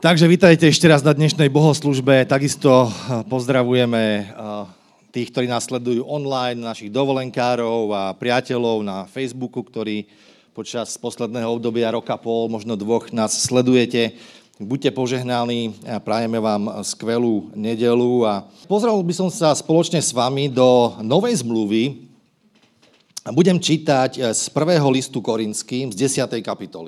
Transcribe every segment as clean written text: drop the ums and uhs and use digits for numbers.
Takže vítajte ešte raz na dnešnej bohoslúžbe. Takisto pozdravujeme tých, ktorí nás sledujú online, našich dovolenkárov a priateľov na Facebooku, ktorí počas posledného obdobia roka pol, možno dvoch nás sledujete. Buďte požehnaní a prajeme vám skvelú nedeľu. A pozrel by som sa spoločne s vami do Novej zmluvy a budem čítať z 1. listu Korinským z 10. kapitoly.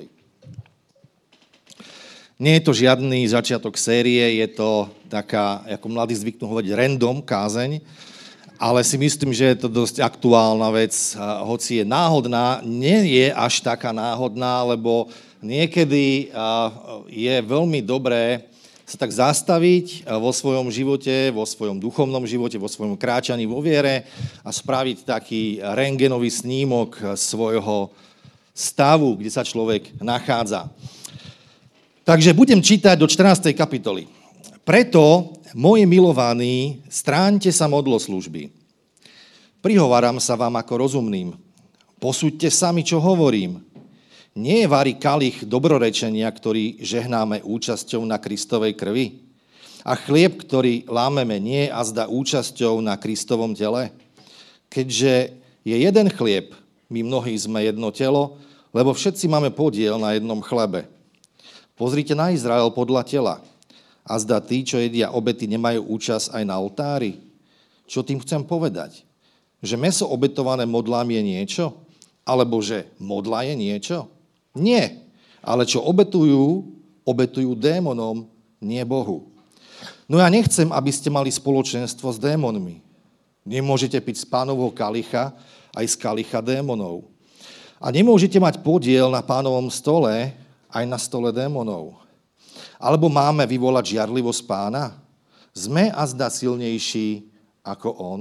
Nie je to žiadny začiatok série, je to taká, ako mladí zvyknú hovoriť, random kázeň, ale si myslím, že je to dosť aktuálna vec, hoci je náhodná, nie je až taká náhodná, lebo niekedy je veľmi dobré sa tak zastaviť vo svojom živote, vo svojom duchovnom živote, vo svojom kráčaní vo viere a spraviť taký rentgenový snímok svojho stavu, kde sa človek nachádza. Takže budem čítať do 14. kapitoly. Preto, moji milovaní, stráňte sa modloslužby. Prihováram sa vám ako rozumným. Posúďte sami, čo hovorím. Nie je vari kalich dobrorečenia, ktorý žehnáme účasťou na Kristovej krvi? A chlieb, ktorý lámeme, nie je azda účasťou na Kristovom tele? Keďže je jeden chlieb, my mnohí sme jedno telo, lebo všetci máme podiel na jednom chlebe. Pozrite na Izrael podľa tela. A zdá tí, čo jedia obety, nemajú účasť aj na oltári. Čo tým chcem povedať? Že mäso obetované modlám je niečo? Alebo že modla je niečo? Nie. Ale čo obetujú, obetujú démonom, nie Bohu. No ja nechcem, aby ste mali spoločenstvo s démonmi. Nemôžete piť z Pánovho kalicha aj z kalicha démonov. A nemôžete mať podiel na Pánovom stole, aj na stole démonov. Alebo máme vyvolať žiarlivosť Pána? Sme azda silnejší ako on?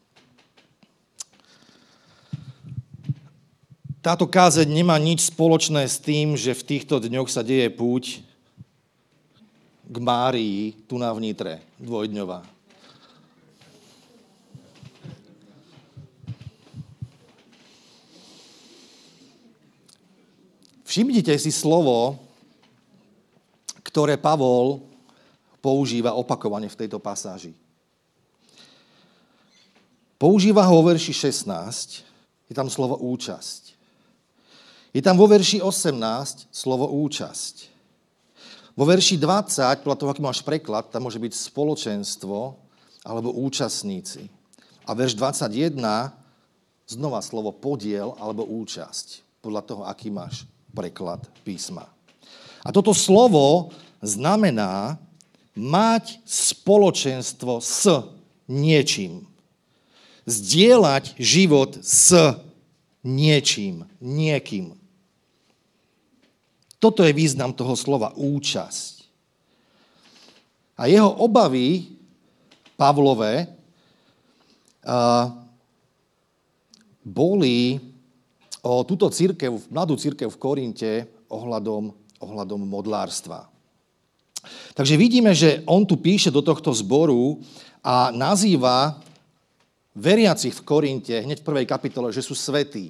Táto kázeň nemá nič spoločné s tým, že v týchto dňoch sa deje púť k Márii, tu na vnitre, dvojdňová. Všimnite si slovo, ktoré Pavol používa opakovane v tejto pasáži. Používa ho vo verši 16, je tam slovo účasť. Je tam vo verši 18 slovo účasť. Vo verši 20, podľa toho, aký máš preklad, tam môže byť spoločenstvo alebo účastníci. A verš 21, znova slovo podiel alebo účasť, podľa toho, aký máš preklad písma. A toto slovo znamená mať spoločenstvo s niečím. Zdieľať život s niečím, niekým. Toto je význam toho slova účasť. A jeho obavy Pavlové boli o túto mladú cirkev v Korinte ohľadom modlárstva. Takže vidíme, že on tu píše do tohto zboru a nazýva veriacich v Korinte hneď v 1. kapitole, že sú svätí.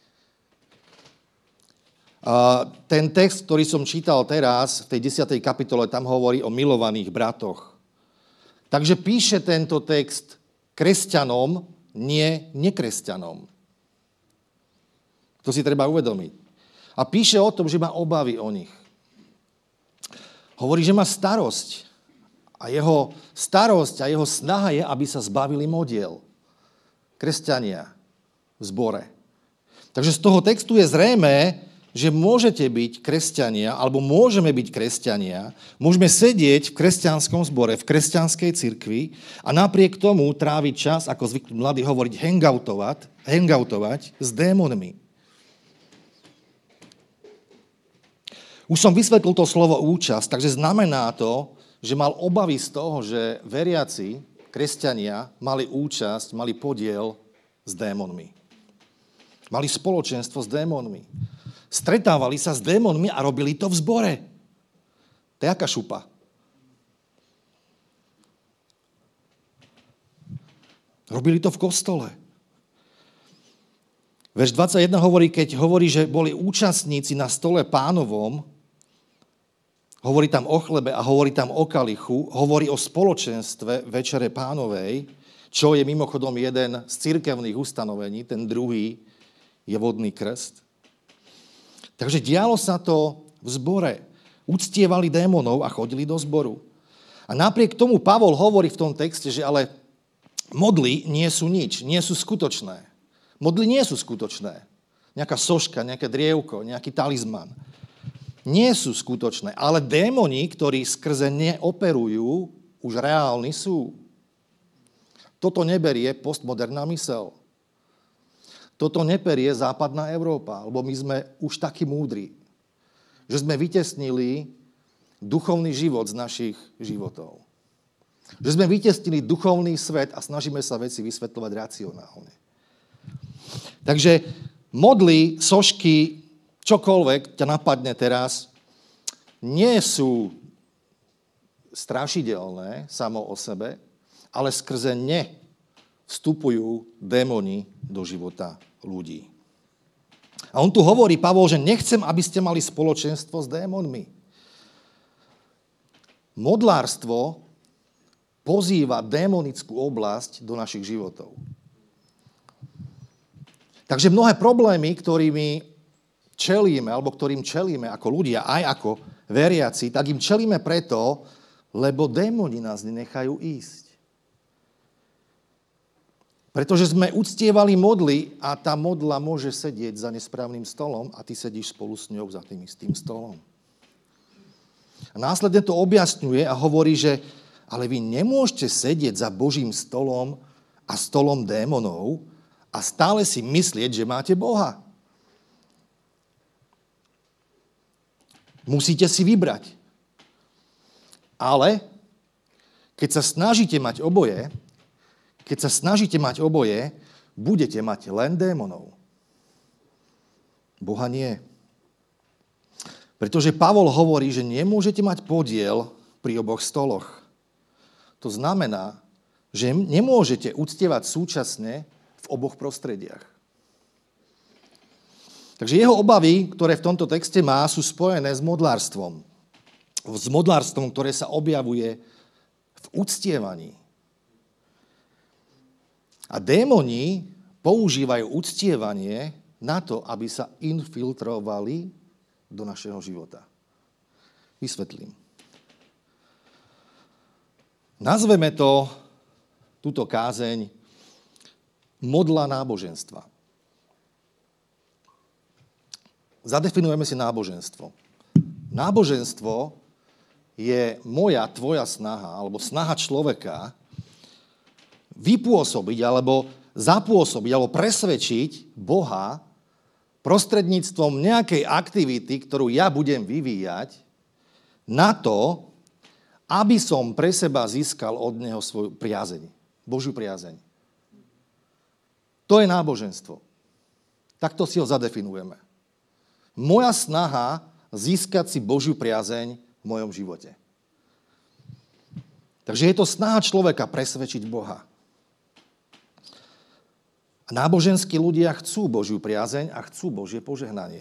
Ten text, ktorý som čítal teraz, v tej 10. kapitole, tam hovorí o milovaných bratoch. Takže píše tento text kresťanom, nie nekresťanom. To si treba uvedomiť. A píše o tom, že má obavy o nich. Hovorí, že má starosť. A jeho starosť a jeho snaha je, aby sa zbavili modiel. Kresťania v zbore. Takže z toho textu je zrejmé, že môžete byť kresťania, alebo môžeme byť kresťania, môžeme sedieť v kresťanskom zbore, v kresťanskej cirkvi a napriek tomu tráviť čas, ako zvyknú mladí hovoriť, hangoutovať s démonmi. Už som vysvetlil to slovo účasť, takže znamená to, že mal obavy z toho, že veriaci, kresťania, mali účasť, mali podiel s démonmi. Mali spoločenstvo s démonmi. Stretávali sa s démonmi a robili to v zbore. To je aká šupa. Robili to v kostole. Verš 21 hovorí, keď hovorí, že boli účastníci na stole Pánovom, hovorí tam o chlebe a hovorí tam o kalichu, hovorí o spoločenstve Večere Pánovej, čo je mimochodom jeden z cirkevných ustanovení, ten druhý je vodný krst. Takže dialo sa to v zbore. Uctievali démonov a chodili do zboru. A napriek tomu Pavol hovorí v tom texte, že ale modly nie sú nič, nie sú skutočné. Modly nie sú skutočné. Nejaká soška, nejaké drievko, nejaký talizman. Nie sú skutočné, ale démoni, ktorí skrze ne operujú, už reálni sú. Toto neberie postmoderná myseľ. Toto neberie západná Európa, lebo my sme už takí múdri, že sme vytesnili duchovný život z našich životov. Že sme vytesnili duchovný svet a snažíme sa veci vysvetľovať racionálne. Takže modly, sošky, čokoľvek ťa napadne teraz, nie sú strašidelné samo o sebe, ale skrze ne vstupujú démoni do života ľudí. A on tu hovorí, Pavol, že nechcem, aby ste mali spoločenstvo s démonmi. Modlárstvo pozýva démonickú oblasť do našich životov. Takže mnohé problémy, ktorými čelíme, alebo ktorým čelíme ako ľudia, aj ako veriaci, tak im čelíme preto, lebo démoni nás nenechajú ísť. Pretože sme uctievali modly a tá modla môže sedieť za nesprávnym stolom a ty sedíš spolu s ňou za tým istým stolom. A následne to objasňuje a hovorí, že ale vy nemôžete sedieť za Božím stolom a stolom démonov a stále si myslieť, že máte Boha. Musíte si vybrať. Ale keď sa snažíte mať oboje, budete mať len démonov. Boha nie. Pretože Pavol hovorí, že nemôžete mať podiel pri oboch stoloch. To znamená, že nemôžete uctievať súčasne v oboch prostrediach. Takže jeho obavy, ktoré v tomto texte má, sú spojené s modlárstvom. S modlárstvom, ktoré sa objavuje v uctievaní. A démoni používajú uctievanie na to, aby sa infiltrovali do našeho života. Vysvetlím. Nazveme túto kázeň modla náboženstva. Zadefinujeme si náboženstvo. Náboženstvo je moja, tvoja snaha, alebo snaha človeka vypôsobiť, alebo zapôsobiť, alebo presvedčiť Boha prostredníctvom nejakej aktivity, ktorú ja budem vyvíjať, na to, aby som pre seba získal od neho svoju priazeň, Božiu priazeň. To je náboženstvo. Takto si ho zadefinujeme. Moja snaha získať si Božiu priazeň v mojom živote. Takže je to snaha človeka presvedčiť Boha. A náboženskí ľudia chcú Božiu priazeň a chcú Božie požehnanie.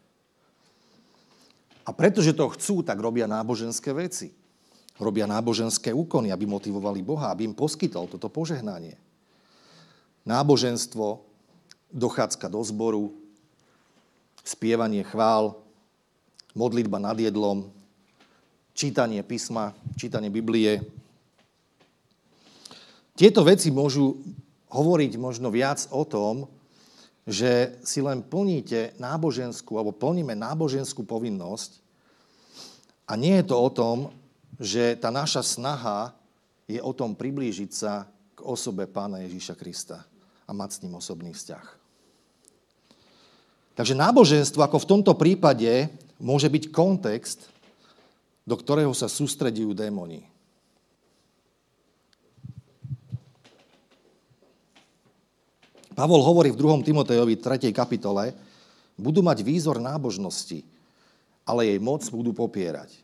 A pretože to chcú, tak robia náboženské veci. Robia náboženské úkony, aby motivovali Boha, aby im poskytol toto požehnanie. Náboženstvo, dochádzka do zboru, spievanie chvál, modlitba nad jedlom, čítanie písma, čítanie Biblie. Tieto veci môžu hovoriť možno viac o tom, že si len plníte náboženskú, alebo plníme náboženskú povinnosť a nie je to o tom, že tá naša snaha je o tom priblížiť sa k osobe Pána Ježíša Krista a mať s ním osobný vzťah. Takže náboženstvo, ako v tomto prípade, môže byť kontext, do ktorého sa sústredujú démoni. Pavol hovorí v 2. Timotejovi 3. kapitole, budú mať výzor nábožnosti, ale jej moc budú popierať.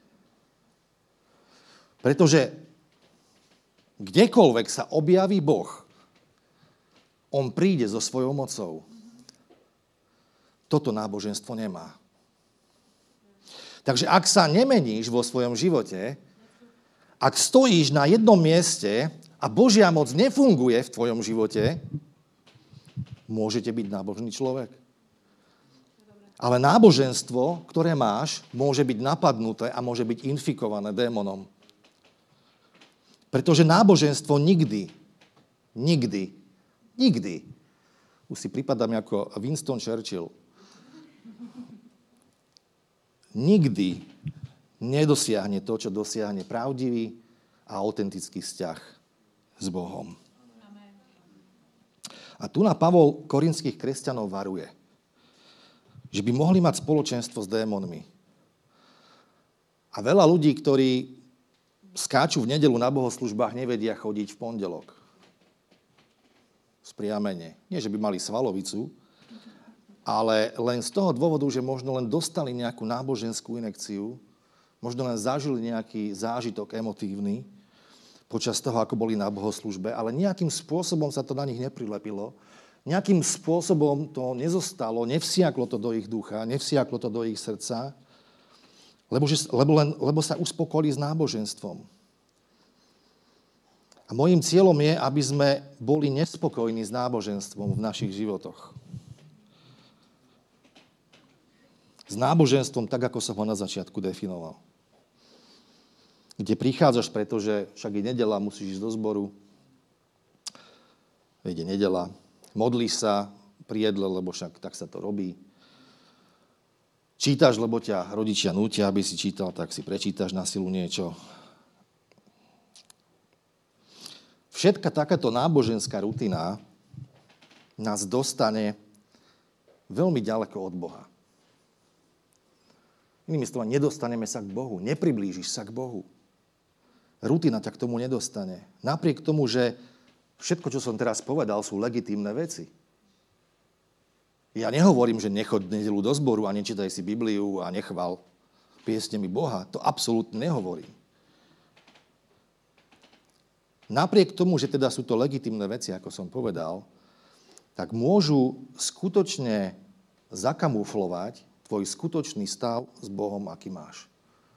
Pretože kdekoľvek sa objaví Boh, on príde so svojou mocou. Toto náboženstvo nemá. Takže ak sa nemeníš vo svojom živote, ak stojíš na jednom mieste a Božia moc nefunguje v tvojom živote, môžete byť nábožný človek. Ale náboženstvo, ktoré máš, môže byť napadnuté a môže byť infikované démonom. Pretože náboženstvo nikdy, už si pripadám ako Winston Churchill, nikdy nedosiahne to, čo dosiahne pravdivý a autentický vzťah s Bohom. A tu na Pavol korinských kresťanov varuje, že by mohli mať spoločenstvo s démonmi. A veľa ľudí, ktorí skáču v nedeľu na bohoslužbách, nevedia chodiť v pondelok. Spriamene. Nie, že by mali svalovicu, ale len z toho dôvodu, že možno len dostali nejakú náboženskú inekciu, možno len zažili nejaký zážitok emotívny počas toho, ako boli na bohoslužbe, ale nejakým spôsobom sa to na nich neprilepilo, nejakým spôsobom to nezostalo, nevsiaklo to do ich ducha, nevsiaklo to do ich srdca, lebo sa uspokojili s náboženstvom. A môjim cieľom je, aby sme boli nespokojní s náboženstvom v našich životoch. S náboženstvom, tak ako som ho na začiatku definoval. Kde prichádzaš, pretože však je nedeľa, musíš ísť do zboru. Veď je nedeľa. Modlíš sa pri jedle, lebo však tak sa to robí. Čítaš, lebo ťa rodičia nútia, aby si čítal, tak si prečítaš na silu niečo. Všetka takáto náboženská rutina nás dostane veľmi ďaleko od Boha. Inými slovami, nedostaneme sa k Bohu, nepriblížiš sa k Bohu. Rutina ťa k tomu nedostane. Napriek tomu, že všetko, čo som teraz povedal, sú legitímne veci. Ja nehovorím, že nechod nedeľu do zboru a nečítaj si Bibliu a nechval piesňami Boha. To absolútne nehovorím. Napriek tomu, že teda sú to legitímne veci, ako som povedal, tak môžu skutočne zakamuflovať tvoj skutočný stav s Bohom, aký máš.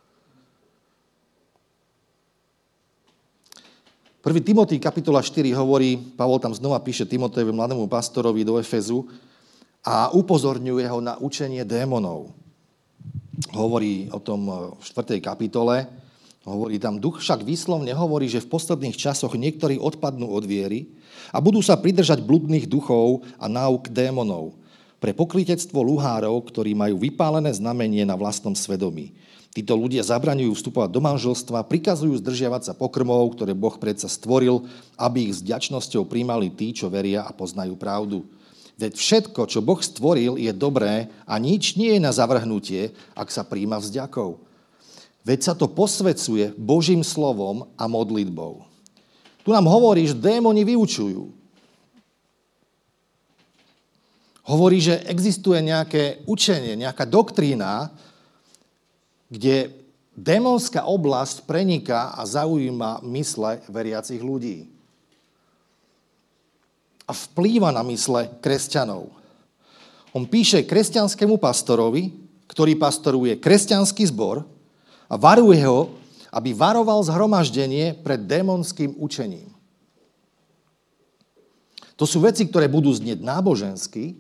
1. Timotej, kapitola 4 hovorí, Pavol tam znova píše Timotejovi, mladému pastorovi do Efezu a upozorňuje ho na učenie démonov. Hovorí o tom v 4. kapitole, hovorí tam, duch však výslovne hovorí, že v posledných časoch niektorí odpadnú od viery a budú sa pridržať bludných duchov a náuk démonov pre pokrytectvo luhárov, ktorí majú vypálené znamenie na vlastnom svedomí. Títo ľudia zabraňujú vstupovať do manželstva, prikazujú zdržiavať sa pokrmov, ktoré Boh predsa stvoril, aby ich s vďačnosťou príjmali tí, čo veria a poznajú pravdu. Veď všetko, čo Boh stvoril, je dobré a nič nie je na zavrhnutie, ak sa príjma vďakou. Veď sa to posvedzuje Božím slovom a modlitbou. Tu nám hovorí, že démoni vyučujú. Hovorí, že existuje nejaké učenie, nejaká doktrína, kde démonská oblasť preniká a zaujíma mysle veriacich ľudí. A vplýva na mysle kresťanov. On píše kresťanskému pastorovi, ktorý pastoruje kresťanský zbor a varuje ho, aby varoval zhromaždenie pred démonským učením. To sú veci, ktoré budú znieť nábožensky,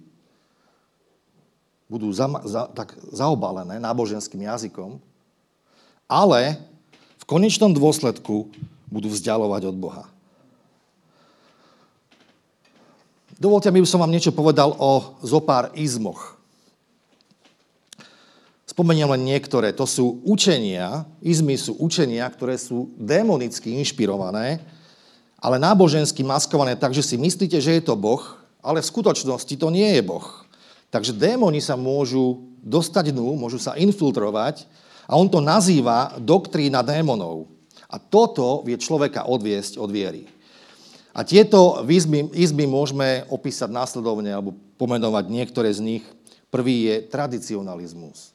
budú tak zaobalené náboženským jazykom, ale v konečnom dôsledku budú vzdialovať od Boha. Dovoľte mi, aby som vám niečo povedal o zopár izmoch. Spomeniem len niektoré. To sú učenia, izmy sú učenia, ktoré sú démonicky inšpirované, ale nábožensky maskované tak, že si myslíte, že je to Boh, ale v skutočnosti to nie je Boh. Takže démoni sa môžu dostať dnu, môžu sa infiltrovať a on to nazýva doktrína démonov. A toto vie človeka odviesť od viery. A tieto izmy môžeme opísať následovne alebo pomenovať niektoré z nich. Prvý je tradicionalizmus.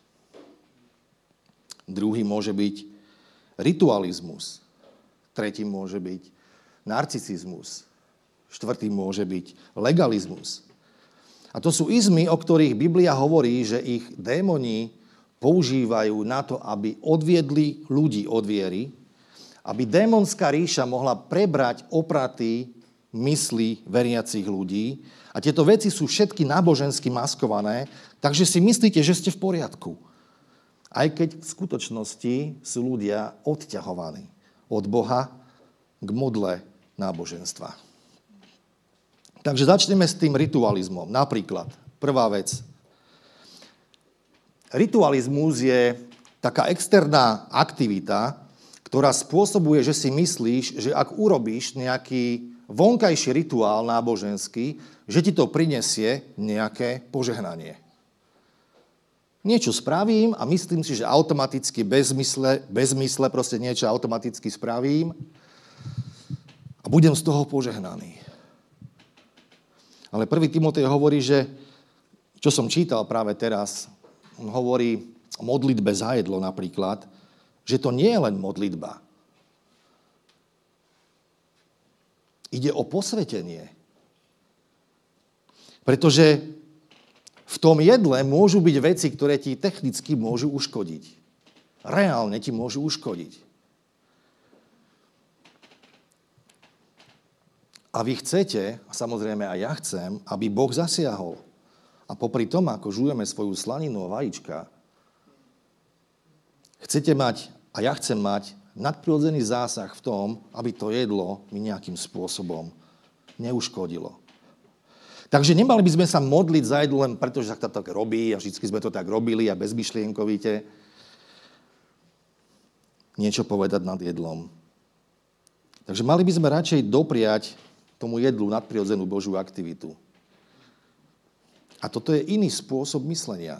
Druhý môže byť ritualizmus. Tretí môže byť narcisizmus. Štvrtý môže byť legalizmus. A to sú izmy, o ktorých Biblia hovorí, že ich démoni používajú na to, aby odviedli ľudí od viery, aby démonská ríša mohla prebrať opraty mysli veriacich ľudí. A tieto veci sú všetky nábožensky maskované, takže si myslíte, že ste v poriadku. Aj keď v skutočnosti sú ľudia odťahovaní od Boha k modle náboženstva. Takže začneme s tým ritualizmom. Napríklad, prvá vec. Ritualizmus je taká externá aktivita, ktorá spôsobuje, že si myslíš, že ak urobíš nejaký vonkajší rituál náboženský, že ti to prinesie nejaké požehnanie. Niečo spravím a myslím si, že automaticky bez mysle proste niečo automaticky spravím a budem z toho požehnaný. Ale 1. Timotej hovorí, že, čo som čítal práve teraz, on hovorí o modlitbe za jedlo napríklad, že to nie je len modlitba. Ide o posvetenie. Pretože v tom jedle môžu byť veci, ktoré ti technicky môžu uškodiť. Reálne ti môžu uškodiť. A vy chcete, a samozrejme aj ja chcem, aby Boh zasiahol. A popri tom, ako žujeme svoju slaninu a vajíčka, chcete mať, a ja chcem mať, nadprirodzený zásah v tom, aby to jedlo mi nejakým spôsobom neuškodilo. Takže nemali by sme sa modliť za jedlo len preto, že sa to tak robí a vždy sme to tak robili a bezmyšlienkovite niečo povedať nad jedlom. Takže mali by sme radšej dopriať tomu jedlu nadprirodzenú Božiu aktivitu. A toto je iný spôsob myslenia.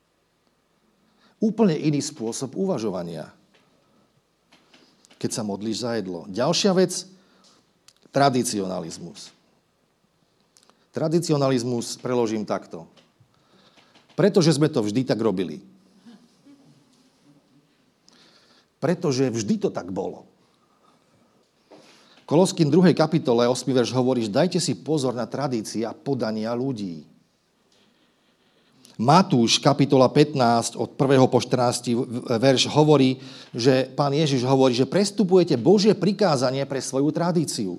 Úplne iný spôsob uvažovania, keď sa modlíš za jedlo. Ďalšia vec, tradicionalizmus. Tradicionalizmus preložím takto. Pretože sme to vždy tak robili. Pretože vždy to tak bolo. Koloským 2. kapitole 8. verš hovorí, dajte si pozor na tradície a podania ľudí. Matúš, kapitola 15, od 1. po 14. verš hovorí, že pán Ježiš hovorí, že prestupujete Božie prikázanie pre svoju tradíciu.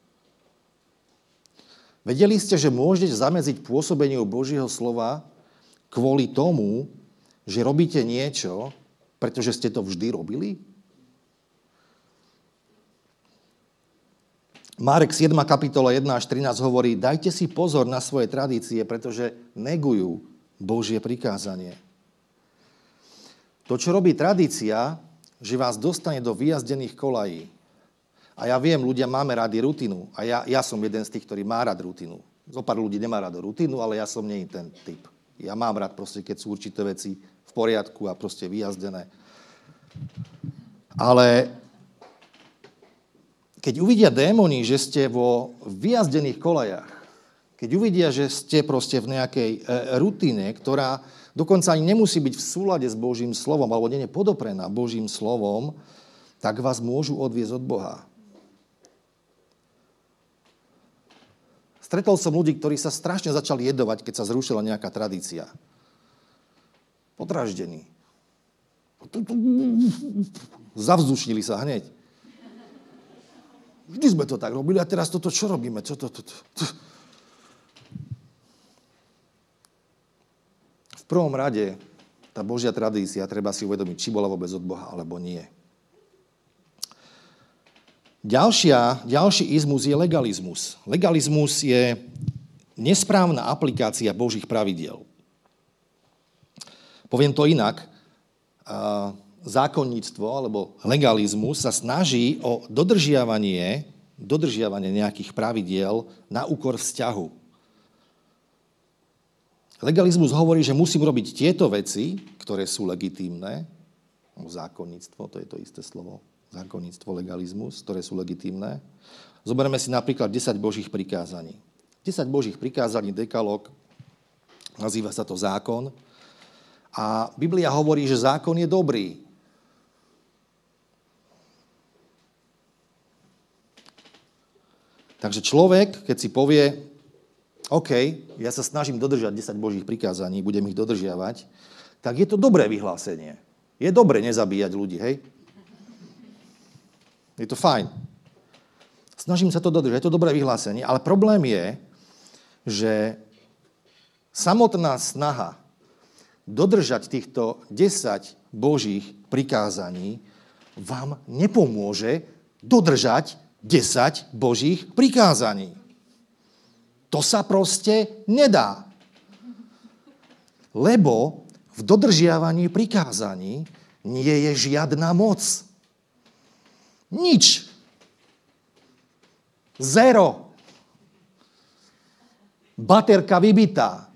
Vedeli ste, že môžete zamedziť pôsobeniu Božieho slova kvôli tomu, že robíte niečo, pretože ste to vždy robili? Marek 7. kapitola 1 až 13 hovorí, dajte si pozor na svoje tradície, pretože negujú Božie prikázanie. To, čo robí tradícia, že vás dostane do vyjazdených kolají. A ja viem, ľudia máme radi rutinu. A ja som jeden z tých, ktorý má rád rutinu. Zopár ľudí nemá rád rutinu, ale ja som nie ten typ. Ja mám rád proste, keď sú určité veci v poriadku a proste vyjazdené. Ale keď uvidia démoni, že ste vo vyjazdených kolajách, keď uvidia, že ste proste v nejakej rutine, ktorá dokonca ani nemusí byť v súlade s Božím slovom, alebo nie je podoprená Božím slovom, tak vás môžu odviesť od Boha. Stretol som ľudí, ktorí sa strašne začali jedovať, keď sa zrušila nejaká tradícia. Podraždení. Zavzdušili sa hneď. Vždy sme to tak robili a teraz toto čo robíme? V prvom rade tá Božia tradícia, treba si uvedomiť, či bola vôbec od Boha, alebo nie. Ďalší izmus je legalizmus. Legalizmus je nesprávna aplikácia Božích pravidiel. Poviem to inak. Zákonníctvo alebo legalizmus sa snaží o dodržiavanie nejakých pravidiel na úkor vzťahu. Legalizmus hovorí, že musím robiť tieto veci, ktoré sú legitímne. Zákonníctvo, to je to isté slovo. Zákonníctvo, legalizmus, ktoré sú legitímne. Zoberieme si napríklad 10 Božích prikázaní. 10 Božích prikázaní, dekalóg, nazýva sa to zákon. A Biblia hovorí, že zákon je dobrý. Takže človek, keď si povie, OK, ja sa snažím dodržať 10 Božích prikázaní, budem ich dodržiavať, tak je to dobré vyhlásenie. Je dobre nezabíjať ľudí, hej? Je to fajn. Snažím sa to dodržať, je to dobré vyhlásenie, ale problém je, že samotná snaha dodržať týchto 10 Božích prikázaní vám nepomôže dodržať 10 Božích prikázaní. To sa proste nedá. Lebo v dodržiavaní prikázaní nie je žiadna moc. Nič. Zero. Baterka vybitá.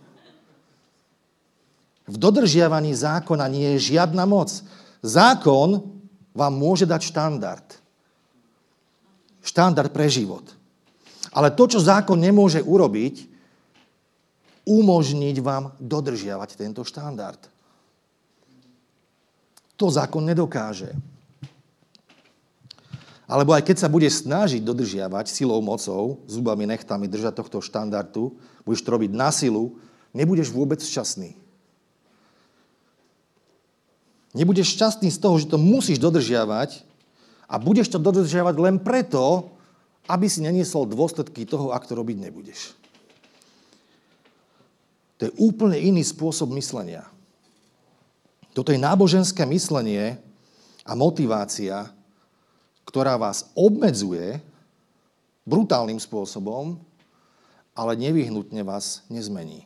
V dodržiavaní zákona nie je žiadna moc. Zákon vám môže dať štandard. Štandard pre život. Ale to, čo zákon nemôže urobiť, umožniť vám dodržiavať tento štandard. To zákon nedokáže. Alebo aj keď sa budeš snažiť dodržiavať silou, mocou, zubami, nechtami držať tohto štandardu, budeš to robiť na silu, nebudeš vôbec šťastný. Nebudeš šťastný z toho, že to musíš dodržiavať a budeš to dodržiavať len preto, aby si neniesol dôsledky toho, ak to robiť nebudeš. To je úplne iný spôsob myslenia. Toto je náboženské myslenie a motivácia, ktorá vás obmedzuje brutálnym spôsobom, ale nevyhnutne vás nezmení.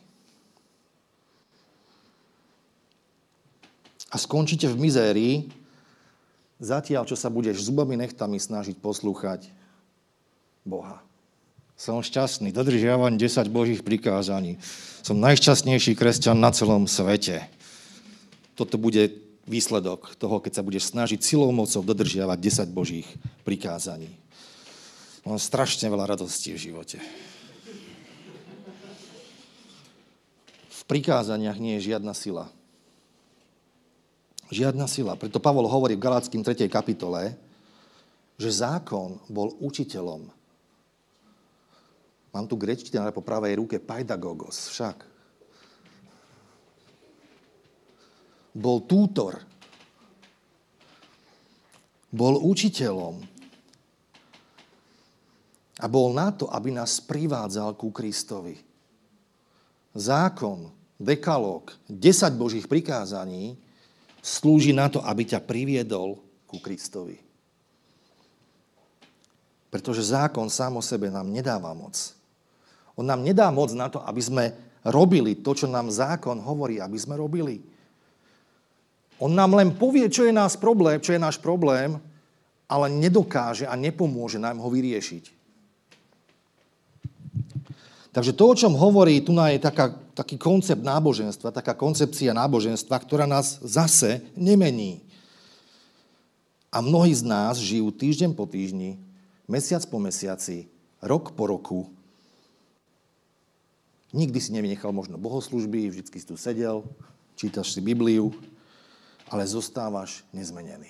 A skončíte v mizérii, zatiaľ, čo sa budeš zubami nechtami snažiť poslúchať Boha. Som šťastný, dodržiavam 10 Božích prikázaní. Som najšťastnejší kresťan na celom svete. Toto bude výsledok toho, keď sa budeš snažiť silou, mocou dodržiavať 10 Božích prikázaní. Mám strašne veľa radostí v živote. V prikázaniach nie je žiadna sila. Žiadna sila. Preto Pavol hovorí v Galatským 3. kapitole, že zákon bol učiteľom. Mám tu gréčtinu po pravej ruke, paidagogos, však. Bol tútor. Bol učiteľom. A bol na to, aby nás privádzal ku Kristovi. Zákon, dekalóg, 10 Božích prikázaní slúži na to, aby ťa priviedol ku Kristovi. Pretože zákon sám o sebe nám nedáva moc. On nám nedá moc na to, aby sme robili to, čo nám zákon hovorí, aby sme robili. On nám len povie, čo je náš problém, ale nedokáže a nepomôže nám ho vyriešiť. Takže to, o čom hovorí, tu je taký koncept náboženstva, taká koncepcia náboženstva, ktorá nás zase nemení. A mnohí z nás žijú týždeň po týždni, mesiac po mesiaci, rok po roku. Nikdy si nevynechal možno bohoslúžby, vždycky si tu sedel, čítaš si Bibliu, ale zostávaš nezmenený.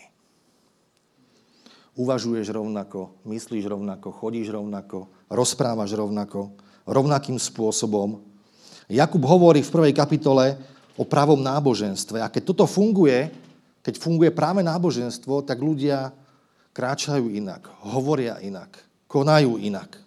Uvažuješ rovnako, myslíš rovnako, chodíš rovnako, rozprávaš rovnako, rovnakým spôsobom. Jakub hovorí v 1. kapitole o pravom náboženstve. A keď toto funguje, keď funguje práve náboženstvo, tak ľudia kráčajú inak, hovoria inak, konajú inak.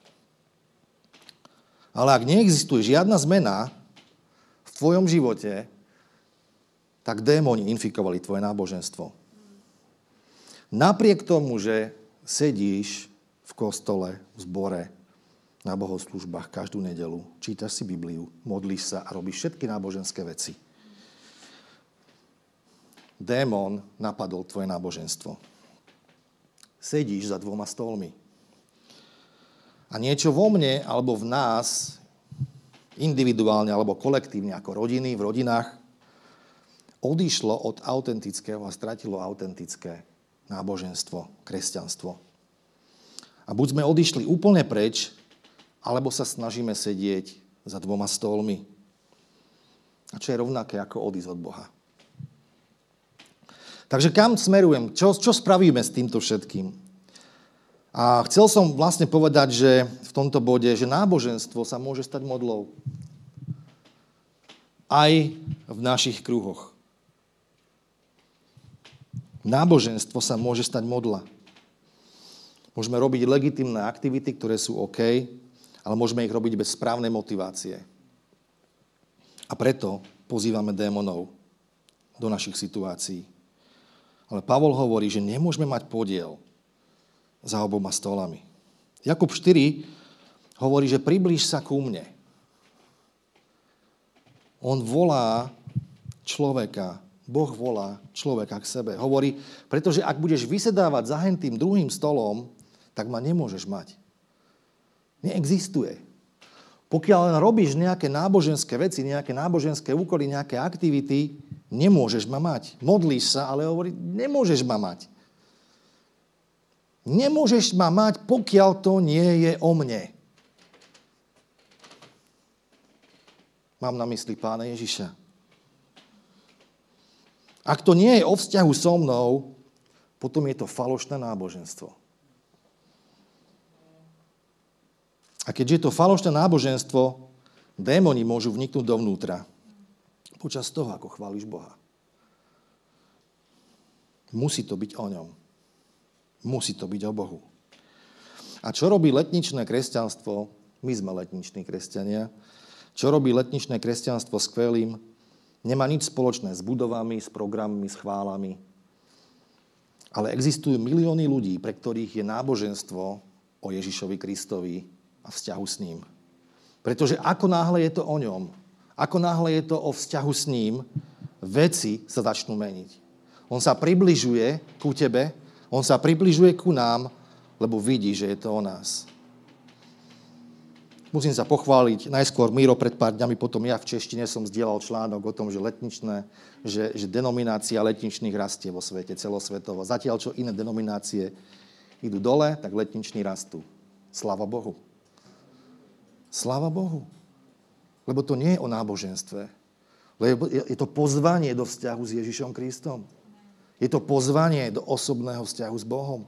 Ale ak neexistuje žiadna zmena v tvojom živote, tak démoni infikovali tvoje náboženstvo. Napriek tomu, že sedíš v kostole, v zbore, na bohoslúžbách každú nedeľu, čítaš si Bibliu, modlíš sa a robíš všetky náboženské veci. Démon napadol tvoje náboženstvo. Sedíš za 2 stolmi. A niečo vo mne alebo v nás, individuálne alebo kolektívne ako rodiny, v rodinách, odišlo od autentického a stratilo autentické náboženstvo, kresťanstvo. A buď sme odišli úplne preč, alebo sa snažíme sedieť za 2 stolmi. A čo je rovnaké ako odísť od Boha. Takže kam smerujem? Čo spravíme s týmto všetkým? A chcel som vlastne povedať, že v tomto bode, že náboženstvo sa môže stať modlou. aj v našich kruhoch. Náboženstvo sa môže stať modla. Môžeme robiť legitímne aktivity, ktoré sú OK, ale môžeme ich robiť bez správnej motivácie. A preto pozývame démonov do našich situácií. Ale Pavol hovorí, že nemôžeme mať podiel za oboma stolami. Jakub 4 hovorí, že priblíž sa ku mne. On volá človeka, Boh volá človeka k sebe. Hovorí, pretože ak budeš vysedávať za tým druhým stolom, tak ma nemôžeš mať. Neexistuje. Pokiaľ len robíš nejaké náboženské veci, nejaké náboženské úkoly, nejaké aktivity, nemôžeš ma mať. Modlíš sa, ale hovorí, nemôžeš ma mať. Nemôžeš ma mať, pokiaľ to nie je o mne. Mám na mysli Pána Ježiša. Ak to nie je o vzťahu so mnou, potom je to falošné náboženstvo. A keďže je to falošné náboženstvo, démoni môžu vniknúť dovnútra počas toho, ako chváliš Boha. Musí to byť o ňom. Musí to byť o Bohu. A čo robí letničné kresťanstvo? My sme letniční kresťania. Čo robí letničné kresťanstvo skvelým? Nemá nič spoločné s budovami, s programmi, s chválami. Ale existujú milióny ľudí, pre ktorých je náboženstvo o Ježišovi Kristovi a vzťahu s ním. Pretože ako náhle je to o ňom, ako náhle je to o vzťahu s ním, veci sa začnú meniť. On sa približuje ku tebe, on sa približuje ku nám, lebo vidí, že je to o nás. Musím sa pochváliť. Najskôr Miro pred pár dňami, potom ja v češtine som zdieľal článok o tom, že letničné, že denominácia letničných rastie vo svete celosvetovo. Zatiaľ, čo iné denominácie idú dole, tak letniční rastú. Sláva Bohu. Sláva Bohu. Lebo to nie je o náboženstve. Lebo je to pozvanie do vzťahu s Ježišom Kristom. Je to pozvanie do osobného vzťahu s Bohom.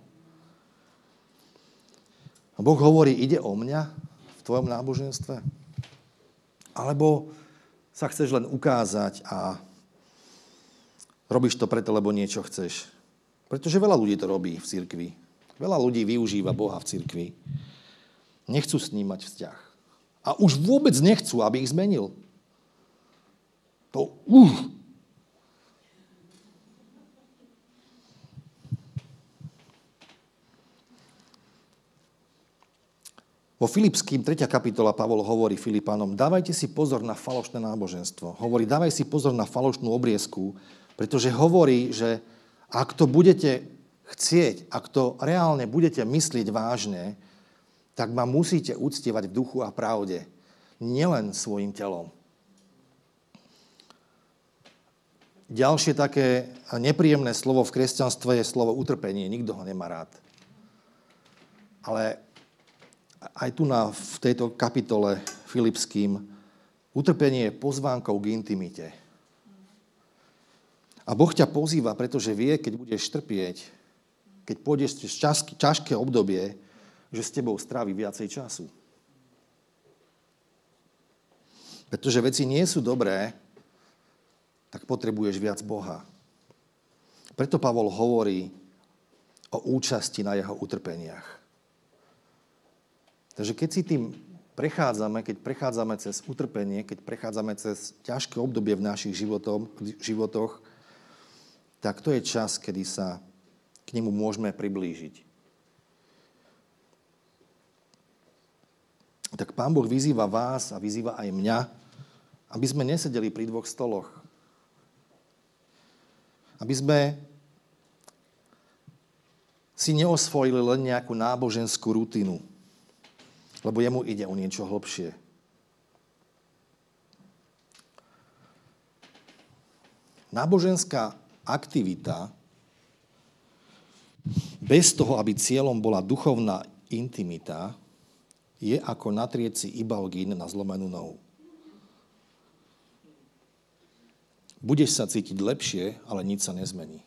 A Boh hovorí, ide o mňa v tvojom náboženstve? Alebo sa chceš len ukázať a robíš to preto, lebo niečo chceš? Pretože veľa ľudí to robí v cirkvi. Veľa ľudí využíva Boha v cirkvi. Nechcú s ním mať vzťah. A už vôbec nechcú, aby ich zmenil. To Vo Filipským 3. kapitola Pavol hovorí Filipánom, dávajte si pozor na falošné náboženstvo. Hovorí, dávaj si pozor na falošnú obriezku, pretože hovorí, že ak to budete chcieť, ak to reálne budete myslieť vážne, tak ma musíte uctievať v duchu a pravde. Nielen svojim telom. Ďalšie také nepríjemné slovo v kresťanstve je slovo utrpenie. Nikto ho nemá rád. Ale aj tu v tejto kapitole Filipským utrpenie je pozvánkou k intimite. A Boh ťa pozýva, pretože vie, keď budeš trpieť, keď pôjdeš cez ťažké obdobie, že s tebou strávi viacej času. Pretože veci nie sú dobré, tak potrebuješ viac Boha. Preto Pavol hovorí o účasti na jeho utrpeniach. Takže keď si tým prechádzame, keď prechádzame cez utrpenie, keď prechádzame cez ťažké obdobie v našich životoch, tak to je čas, kedy sa k nemu môžeme priblížiť. Tak Pán Boh vyzýva vás a vyzýva aj mňa, aby sme nesedeli pri dvoch stoloch. Aby sme si neosvojili len nejakú náboženskú rutinu, lebo jemu ide o niečo hlbšie. Náboženská aktivita bez toho, aby cieľom bola duchovná intimita, je ako natrieť si ibalgín na zlomenú nohu. Budeš sa cítiť lepšie, ale nič sa nezmení.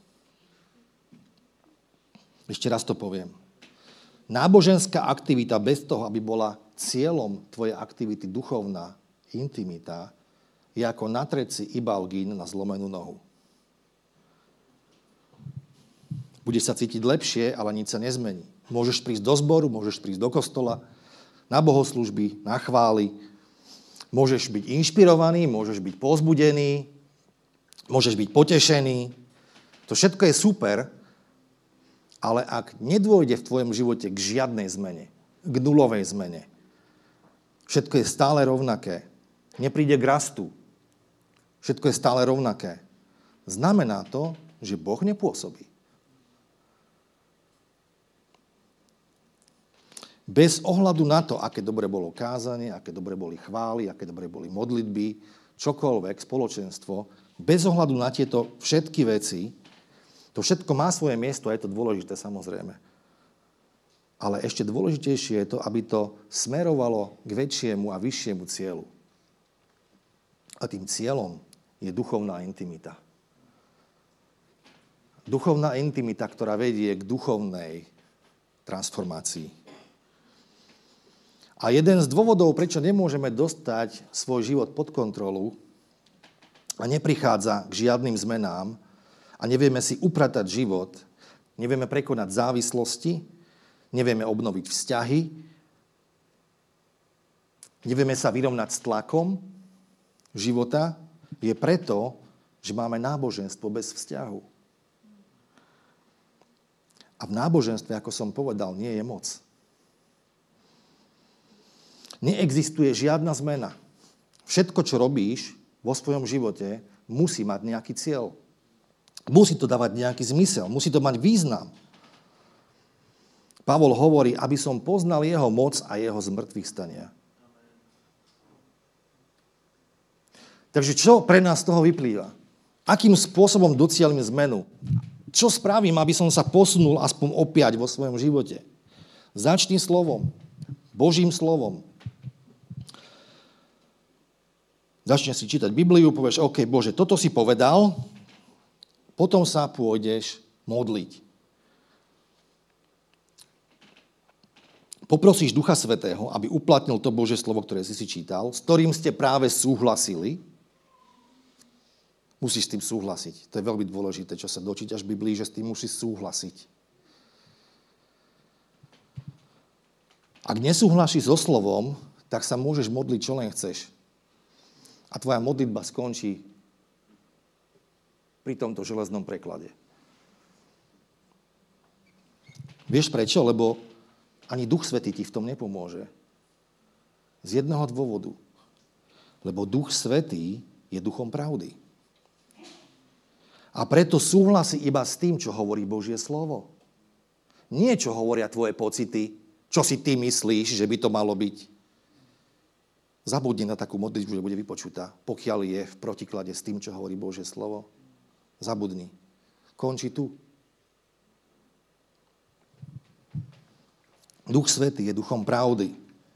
Ešte raz to poviem. Náboženská aktivita bez toho, aby bola cieľom tvojej aktivity duchovná intimita, je ako natrieť si ibalgín na zlomenú nohu. Budeš sa cítiť lepšie, ale nič sa nezmení. Môžeš prísť do zboru, môžeš prísť do kostola, na bohoslúžby, na chvály. Môžeš byť inšpirovaný, môžeš byť povzbudený, môžeš byť potešený. To všetko je super, ale ak nedôjde v tvojom živote k žiadnej zmene, k nulovej zmene, všetko je stále rovnaké, nepríde k rastu, všetko je stále rovnaké, znamená to, že Boh nepôsobí. Bez ohľadu na to, aké dobre bolo kázanie, aké dobre boli chvály, aké dobre boli modlitby, čokoľvek, spoločenstvo, bez ohľadu na tieto všetky veci, to všetko má svoje miesto a je to dôležité samozrejme. Ale ešte dôležitejšie je to, aby to smerovalo k väčšiemu a vyššiemu cieľu. A tým cieľom je duchovná intimita. Duchovná intimita, ktorá vedie k duchovnej transformácii. A jeden z dôvodov, prečo nemôžeme dostať svoj život pod kontrolu a neprichádza k žiadnym zmenám a nevieme si upratať život, nevieme prekonať závislosti, nevieme obnoviť vzťahy, nevieme sa vyrovnať s tlakom života, je preto, že máme náboženstvo bez vzťahu. A v náboženstve, ako som povedal, nie je moc. Neexistuje žiadna zmena. Všetko, čo robíš vo svojom živote, musí mať nejaký cieľ. Musí to dávať nejaký zmysel, musí to mať význam. Pavol hovorí, aby som poznal jeho moc a jeho zmrtvých stania. Takže čo pre nás z toho vyplýva? Akým spôsobom docielím zmenu? Čo spravím, aby som sa posunul aspoň opäť vo svojom živote? Začni slovom, Božím slovom. Začneš si čítať Bibliu, povieš, OK, Bože, toto si povedal, potom sa pôjdeš modliť. Poprosíš Ducha Svätého, aby uplatnil to Božie slovo, ktoré si čítal, s ktorým ste práve súhlasili. Musíš s tým súhlasiť. To je veľmi dôležité, čo sa dočítaš v Biblii, že s tým musíš súhlasiť. Ak nesúhlasíš so slovom, tak sa môžeš modliť, čo len chceš. A tvoja modlitba skončí pri tomto železnom preklade. Vieš prečo? Lebo ani Duch Svätý ti v tom nepomôže. Z jedného dôvodu. Lebo Duch Svätý je duchom pravdy. A preto súhlasí iba s tým, čo hovorí Božie slovo. Nie, čo hovoria tvoje pocity, čo si ty myslíš, že by to malo byť. Zabudni na takú modlitbu, že bude vypočutá, pokiaľ je v protiklade s tým, čo hovorí Božie slovo. Zabudni. Končí tu. Duch Svätý je duchom pravdy.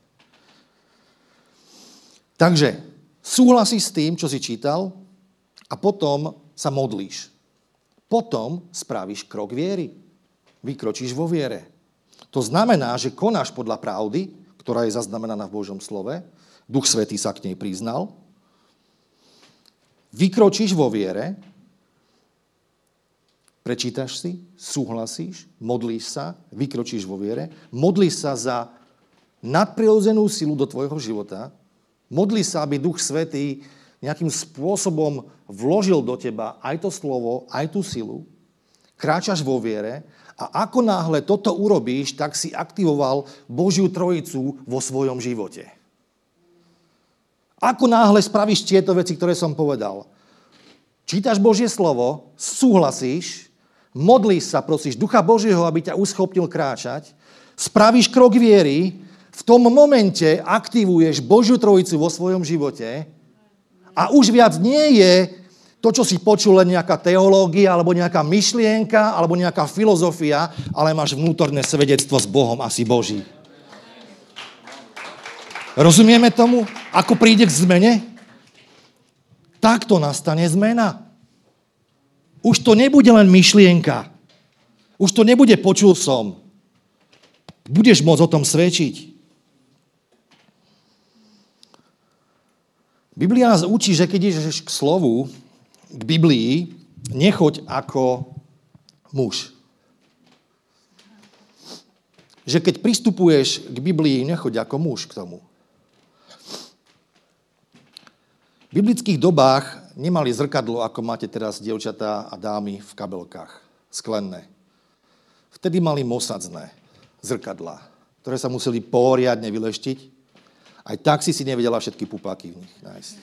Takže súhlasíš s tým, čo si čítal a potom sa modlíš. Potom spravíš krok viery. Vykročíš vo viere. To znamená, že konáš podľa pravdy, ktorá je zaznamenaná v Božom slove. Duch Svätý sa k nej priznal. Vykročíš vo viere, prečítaš si, súhlasíš, modlíš sa, vykročíš vo viere, modlíš sa za nadprirodzenú silu do tvojho života, modlíš sa, aby Duch Svätý nejakým spôsobom vložil do teba aj to slovo, aj tú silu, kráčaš vo viere a ako náhle toto urobíš, tak si aktivoval Božiu Trojicu vo svojom živote. Ako náhle spravíš tieto veci, ktoré som povedal? Čítaš Božie slovo, súhlasíš, modlíš sa, prosíš Ducha Božieho, aby ťa uschopnil kráčať, spravíš krok viery, v tom momente aktivuješ Božiu Trojicu vo svojom živote a už viac nie je to, čo si počul, len nejaká teológia, alebo nejaká myšlienka, alebo nejaká filozofia, ale máš vnútorné svedectvo s Bohom a si Boží. Rozumieme tomu? Ako príde k zmene? Takto nastane zmena. Už to nebude len myšlienka. Už to nebude počul som. Budeš môcť o tom svedčiť. Biblia nás učí, že keď ideš k slovu, k Biblii, nechoď ako muž. Že keď pristupuješ k Biblii, nechoď ako muž k tomu. V biblických dobách nemali zrkadlo, ako máte teraz dievčatá a dámy v kabelkách, sklené. Vtedy mali mosadzné zrkadlá, ktoré sa museli poriadne vyleštiť. Aj tak si nevedela všetky pupáky v nich nájsť.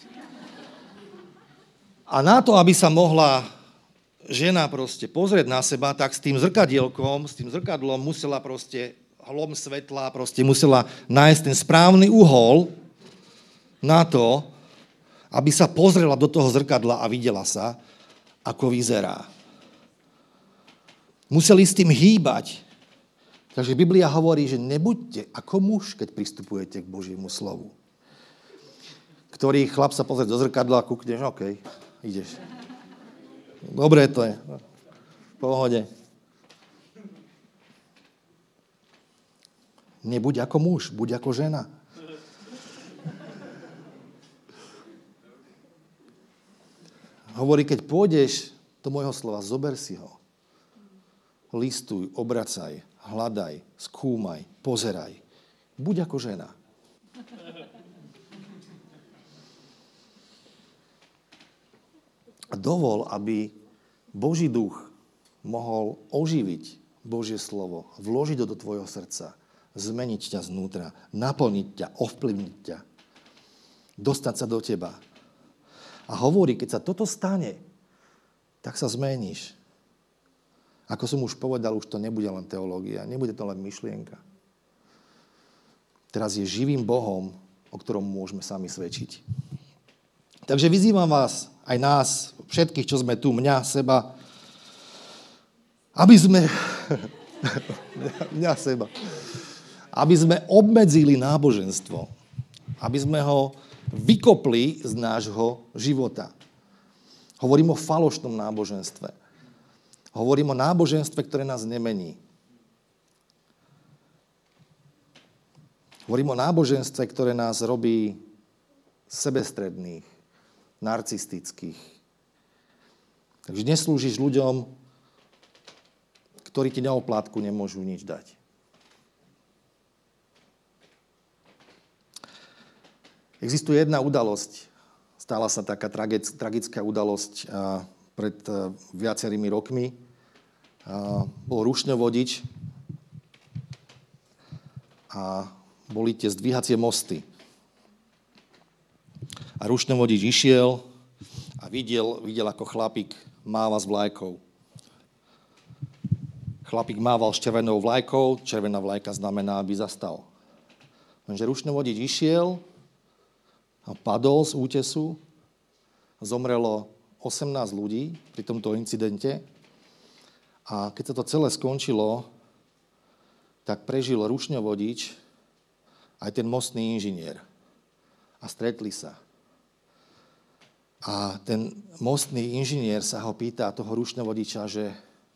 A na to, aby sa mohla žena proste pozrieť na seba, tak s tým zrkadlom musela proste hlom svetla, proste musela nájsť ten správny uhol na to, aby sa pozrela do toho zrkadla a videla sa, ako vyzerá. Museli s tým hýbať. Takže Biblia hovorí, že nebuďte ako muž, keď pristupujete k Božiemu slovu. Ktorý chlap sa pozrie do zrkadla a kúkneš, OK, ideš. Dobre to je. V pohode. Nebuď ako muž, buď ako žena. Hovorí, keď pôjdeš do môjho slova, zober si ho. Listuj, obracaj, hľadaj, skúmaj, pozeraj. Buď ako žena. A dovol, aby Boží duch mohol oživiť Božie slovo, vložiť ho do tvojho srdca, zmeniť ťa znútra, naplniť ťa, ovplyvniť ťa, dostať sa do teba. A hovorí, keď sa toto stane, tak sa zmeníš. Ako som už povedal, už to nebude len teológia, nebude to len myšlienka. Teraz je živým Bohom, o ktorom môžeme sami svedčiť. Takže vyzývam vás, aj nás, všetkých, čo sme tu, mňa, seba, aby sme aby sme obmedzili náboženstvo, aby sme ho vykopli z nášho života. Hovorím o falošnom náboženstve. Hovorím o náboženstve, ktoré nás nemení. Hovorím o náboženstve, ktoré nás robí sebestredných, narcistických. Takže neslúžiš ľuďom, ktorí ti na oplátku nemôžu nič dať. Existuje jedna udalosť, stala sa taká tragická udalosť pred viacerými rokmi. Bol rušňovodič a boli tie zdvíhacie mosty. A rušňovodič išiel a videl, ako chlapík máva s vlajkou. Chlapík mával s červenou vlajkou, červená vlajka znamená, aby zastal. Lenže rušňovodič išiel a padol z útesu, zomrelo 18 ľudí pri tomto incidente a keď sa to celé skončilo, tak prežil rušňovodič aj ten mostný inžinier. A stretli sa. A ten mostný inžinier sa ho pýta, toho rušňovodiča, že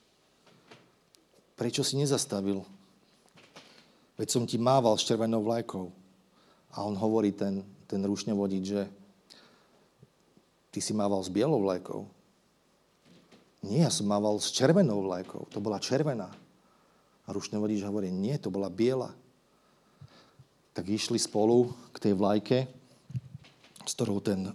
prečo si nezastavil? Veď som ti mával s červenou vlajkou. A on hovorí, ten rušňovodič, že ty si mával s bielou vlajkou. Nie, ja som mával s červenou vlajkou. To bola červená. A rušňovodič hovorí, nie, to bola biela. Tak išli spolu k tej vlajke, s ktorou ten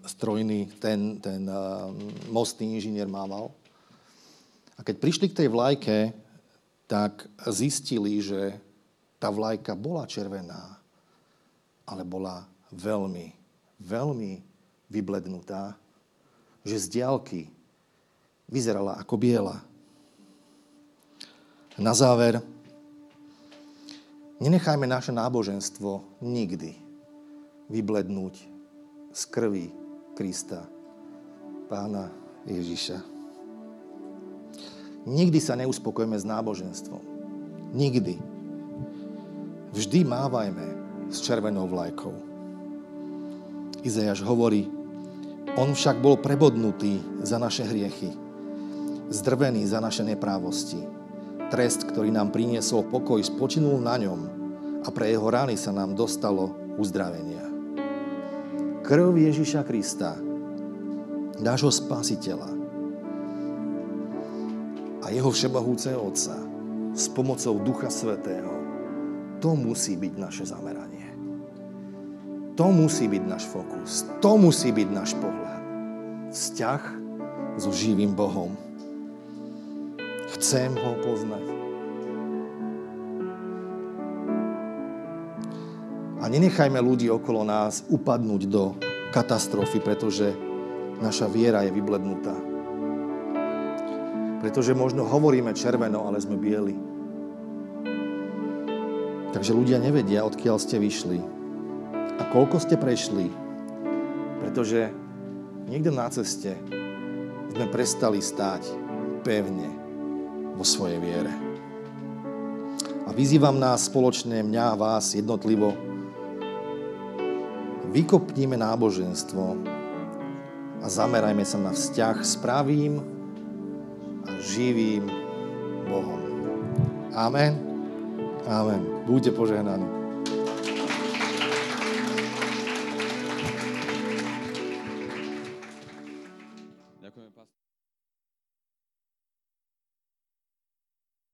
mostný inžinier mával. A keď prišli k tej vlajke, tak zistili, že tá vlajka bola červená, ale bola veľmi, veľmi vyblednutá, že z diaľky vyzerala ako biela. Na záver, nenechajme naše náboženstvo nikdy vyblednúť z krvi Krista, Pána Ježiša. Nikdy sa neuspokojme s náboženstvom. Nikdy. Vždy mávajme s červenou vlajkou. Izajáš hovorí, on však bol prebodnutý za naše hriechy, zdrvený za naše neprávosti. Trest, ktorý nám priniesol pokoj, spočinul na ňom a pre jeho rany sa nám dostalo uzdravenia. krv Ježiša Krista, nášho Spasiteľa a jeho všemohúceho Otca s pomocou Ducha Svätého, to musí byť naše zameranie. To musí byť náš fokus. To musí byť náš pohľad. Vzťah so živým Bohom. Chcem ho poznať. A nenechajme ľudí okolo nás upadnúť do katastrofy, pretože naša viera je vyblednutá. Pretože možno hovoríme červeno, ale sme bieli. Takže ľudia nevedia, odkiaľ ste vyšli a koľko ste prešli. Pretože niekde na ceste sme prestali stáť pevne vo svojej viere. A vyzývam nás spoločne, mňa a vás jednotlivo, vykopníme náboženstvo a zamerajme sa na vzťah s pravým a živým Bohom. Amen. Amen. Buďte požehnaní.